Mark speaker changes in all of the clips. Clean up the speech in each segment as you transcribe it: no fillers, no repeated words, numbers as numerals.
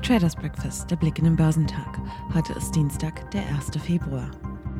Speaker 1: Traders Breakfast, der Blick in den Börsentag. Heute ist Dienstag, der 1. Februar.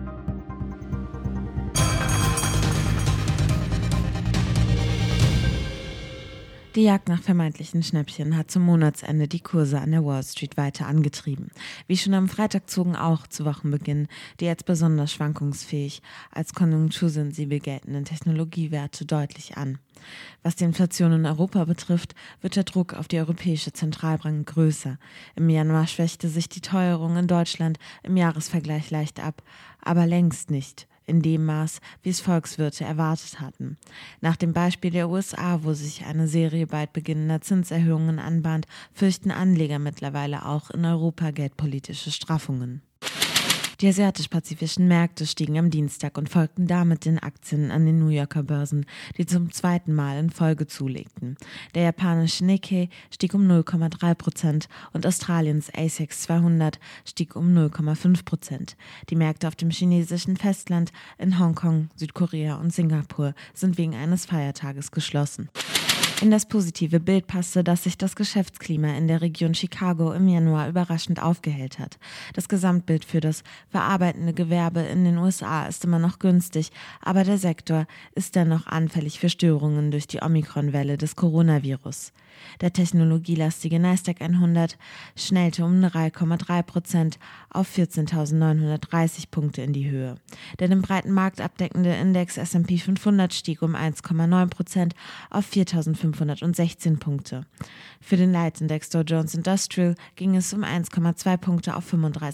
Speaker 1: Die Jagd nach vermeintlichen Schnäppchen hat zum Monatsende die Kurse an der Wall Street weiter angetrieben. Wie schon am Freitag zogen auch zu Wochenbeginn die als besonders schwankungsfähig als konjunktursensibel geltenden Technologiewerte deutlich an. Was die Inflation in Europa betrifft, wird der Druck auf die Europäische Zentralbank größer. Im Januar schwächte sich die Teuerung in Deutschland im Jahresvergleich leicht ab, aber längst nicht in dem Maß, wie es Volkswirte erwartet hatten. Nach dem Beispiel der USA, wo sich eine Serie bald beginnender Zinserhöhungen anbahnt, fürchten Anleger mittlerweile auch in Europa geldpolitische Straffungen. Die asiatisch-pazifischen Märkte stiegen am Dienstag und folgten damit den Aktien an den New Yorker Börsen, die zum zweiten Mal in Folge zulegten. Der japanische Nikkei stieg um 0,3% und Australiens ASX 200 stieg um 0,5%. Die Märkte auf dem chinesischen Festland, in Hongkong, Südkorea und Singapur sind wegen eines Feiertages geschlossen. In das positive Bild passte, dass sich das Geschäftsklima in der Region Chicago im Januar überraschend aufgehellt hat. Das Gesamtbild für das verarbeitende Gewerbe in den USA ist immer noch günstig, aber der Sektor ist dennoch anfällig für Störungen durch die Omikron-Welle des Coronavirus. Der technologielastige Nasdaq 100 schnellte um 3,3% auf 14.930 Punkte in die Höhe. Der den breiten Markt abdeckende Index S&P 500 stieg um 1,9% auf 4.516 Punkte. Für den Leitindex Dow Jones Industrial ging es um 1,2 Punkte auf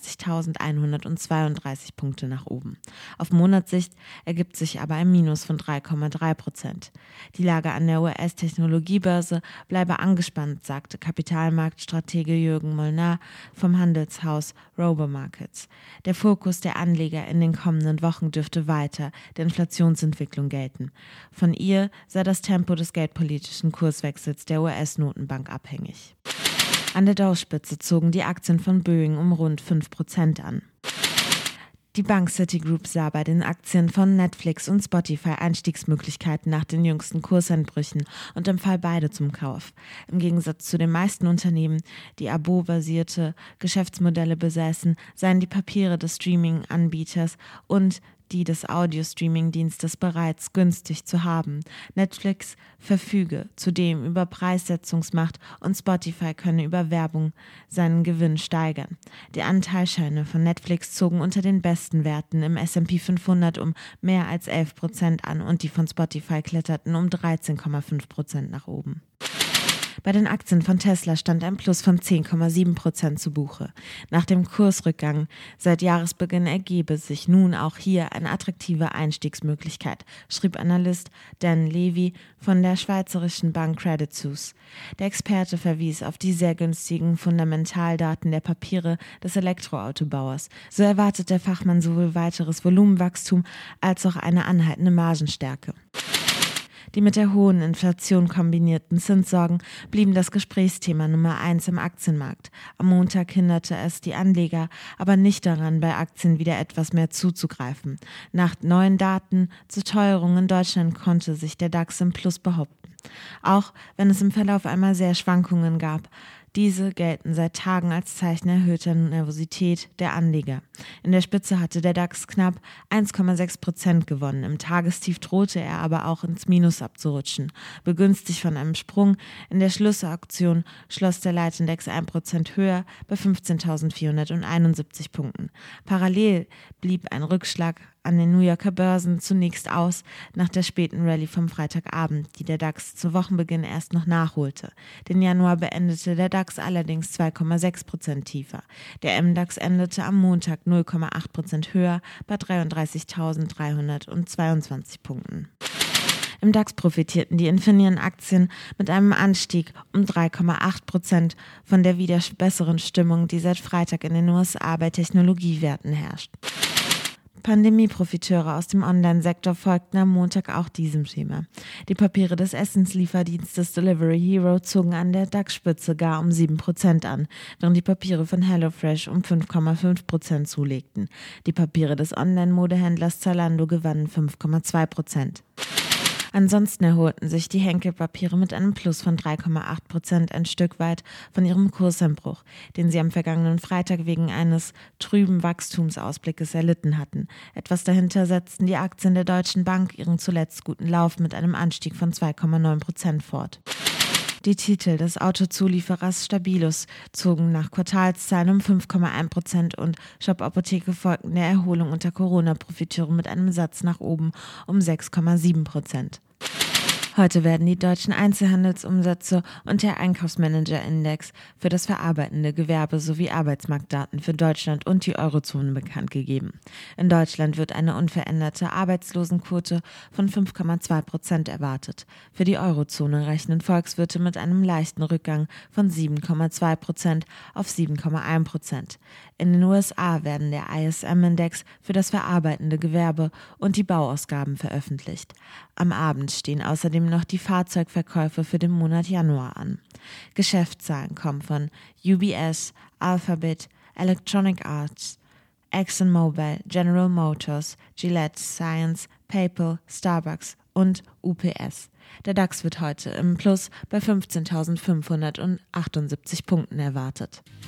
Speaker 1: 35.132 Punkte nach oben. Auf Monatssicht ergibt sich aber ein Minus von 3,3%. Die Lage an der US-Technologiebörse bleibe angespannt, sagte Kapitalmarktstratege Jürgen Molnar vom Handelshaus Robo Markets. Der Fokus der Anleger in den kommenden Wochen dürfte weiter der Inflationsentwicklung gelten. Von ihr sei das Tempo des geldpolitischen Kurswechsels der US-Notenbank abhängig. An der Dow-Spitze zogen die Aktien von Boeing um rund 5% an. Die Bank Citigroup sah bei den Aktien von Netflix und Spotify Einstiegsmöglichkeiten nach den jüngsten Kurseinbrüchen und empfahl beide zum Kauf. Im Gegensatz zu den meisten Unternehmen, die abo-basierte Geschäftsmodelle besäßen, seien die Papiere des Streaming-Anbieters und die des Audio-Streaming-Dienstes bereits günstig zu haben. Netflix verfüge zudem über Preissetzungsmacht und Spotify könne über Werbung seinen Gewinn steigern. Die Anteilsscheine von Netflix zogen unter den besten Werten im S&P 500 um mehr als 11% an und die von Spotify kletterten um 13,5% nach oben. Bei den Aktien von Tesla stand ein Plus von 10,7% zu Buche. Nach dem Kursrückgang seit Jahresbeginn ergebe sich nun auch hier eine attraktive Einstiegsmöglichkeit, schrieb Analyst Dan Levy von der schweizerischen Bank Credit Suisse. Der Experte verwies auf die sehr günstigen Fundamentaldaten der Papiere des Elektroautobauers. So erwartet der Fachmann sowohl weiteres Volumenwachstum als auch eine anhaltende Margenstärke. Die mit der hohen Inflation kombinierten Zinssorgen blieben das Gesprächsthema Nummer 1 im Aktienmarkt. Am Montag hinderte es die Anleger aber nicht daran, bei Aktien wieder etwas mehr zuzugreifen. Nach neuen Daten zur Teuerung in Deutschland konnte sich der DAX im Plus behaupten. Auch wenn es im Verlauf einmal sehr Schwankungen gab, diese gelten seit Tagen als Zeichen erhöhter Nervosität der Anleger. In der Spitze hatte der DAX knapp 1,6% gewonnen. Im Tagestief drohte er aber auch ins Minus abzurutschen. Begünstigt von einem Sprung in der Schlussauktion schloss der Leitindex 1% höher bei 15.471 Punkten. Parallel blieb ein Rückschlag an den New Yorker Börsen zunächst aus, nach der späten Rallye vom Freitagabend, die der DAX zu Wochenbeginn erst noch nachholte. Den Januar beendete der DAX allerdings 2,6% tiefer. Der MDAX endete am Montag 0,8% höher bei 33.322 Punkten. Im DAX profitierten die Infineon-Aktien mit einem Anstieg um 3,8% von der wieder besseren Stimmung, die seit Freitag in den USA bei Technologiewerten herrscht. Pandemie-Profiteure aus dem Online-Sektor folgten am Montag auch diesem Schema. Die Papiere des Essenslieferdienstes Delivery Hero zogen an der DAX-Spitze gar um 7% an, während die Papiere von HelloFresh um 5,5% zulegten. Die Papiere des Online-Modehändlers Zalando gewannen 5,2%. Ansonsten erholten sich die Henkel-Papiere mit einem Plus von 3,8% ein Stück weit von ihrem Kurseinbruch, den sie am vergangenen Freitag wegen eines trüben Wachstumsausblickes erlitten hatten. Etwas dahinter setzten die Aktien der Deutschen Bank ihren zuletzt guten Lauf mit einem Anstieg von 2,9% fort. Die Titel des Autozulieferers Stabilus zogen nach Quartalszahlen um 5,1% und Shop Apotheke folgten der Erholung unter Corona-Profiteuren mit einem Satz nach oben um 6,7%. Heute werden die deutschen Einzelhandelsumsätze und der Einkaufsmanager-Index für das verarbeitende Gewerbe sowie Arbeitsmarktdaten für Deutschland und die Eurozone bekannt gegeben. In Deutschland wird eine unveränderte Arbeitslosenquote von 5,2% erwartet. Für die Eurozone rechnen Volkswirte mit einem leichten Rückgang von 7,2% auf 7,1%. In den USA werden der ISM-Index für das verarbeitende Gewerbe und die Bauausgaben veröffentlicht. Am Abend stehen außerdem noch die Fahrzeugverkäufe für den Monat Januar an. Geschäftszahlen kommen von UBS, Alphabet, Electronic Arts, ExxonMobil, General Motors, Gillette Science, PayPal, Starbucks und UPS. Der DAX wird heute im Plus bei 15.578 Punkten erwartet.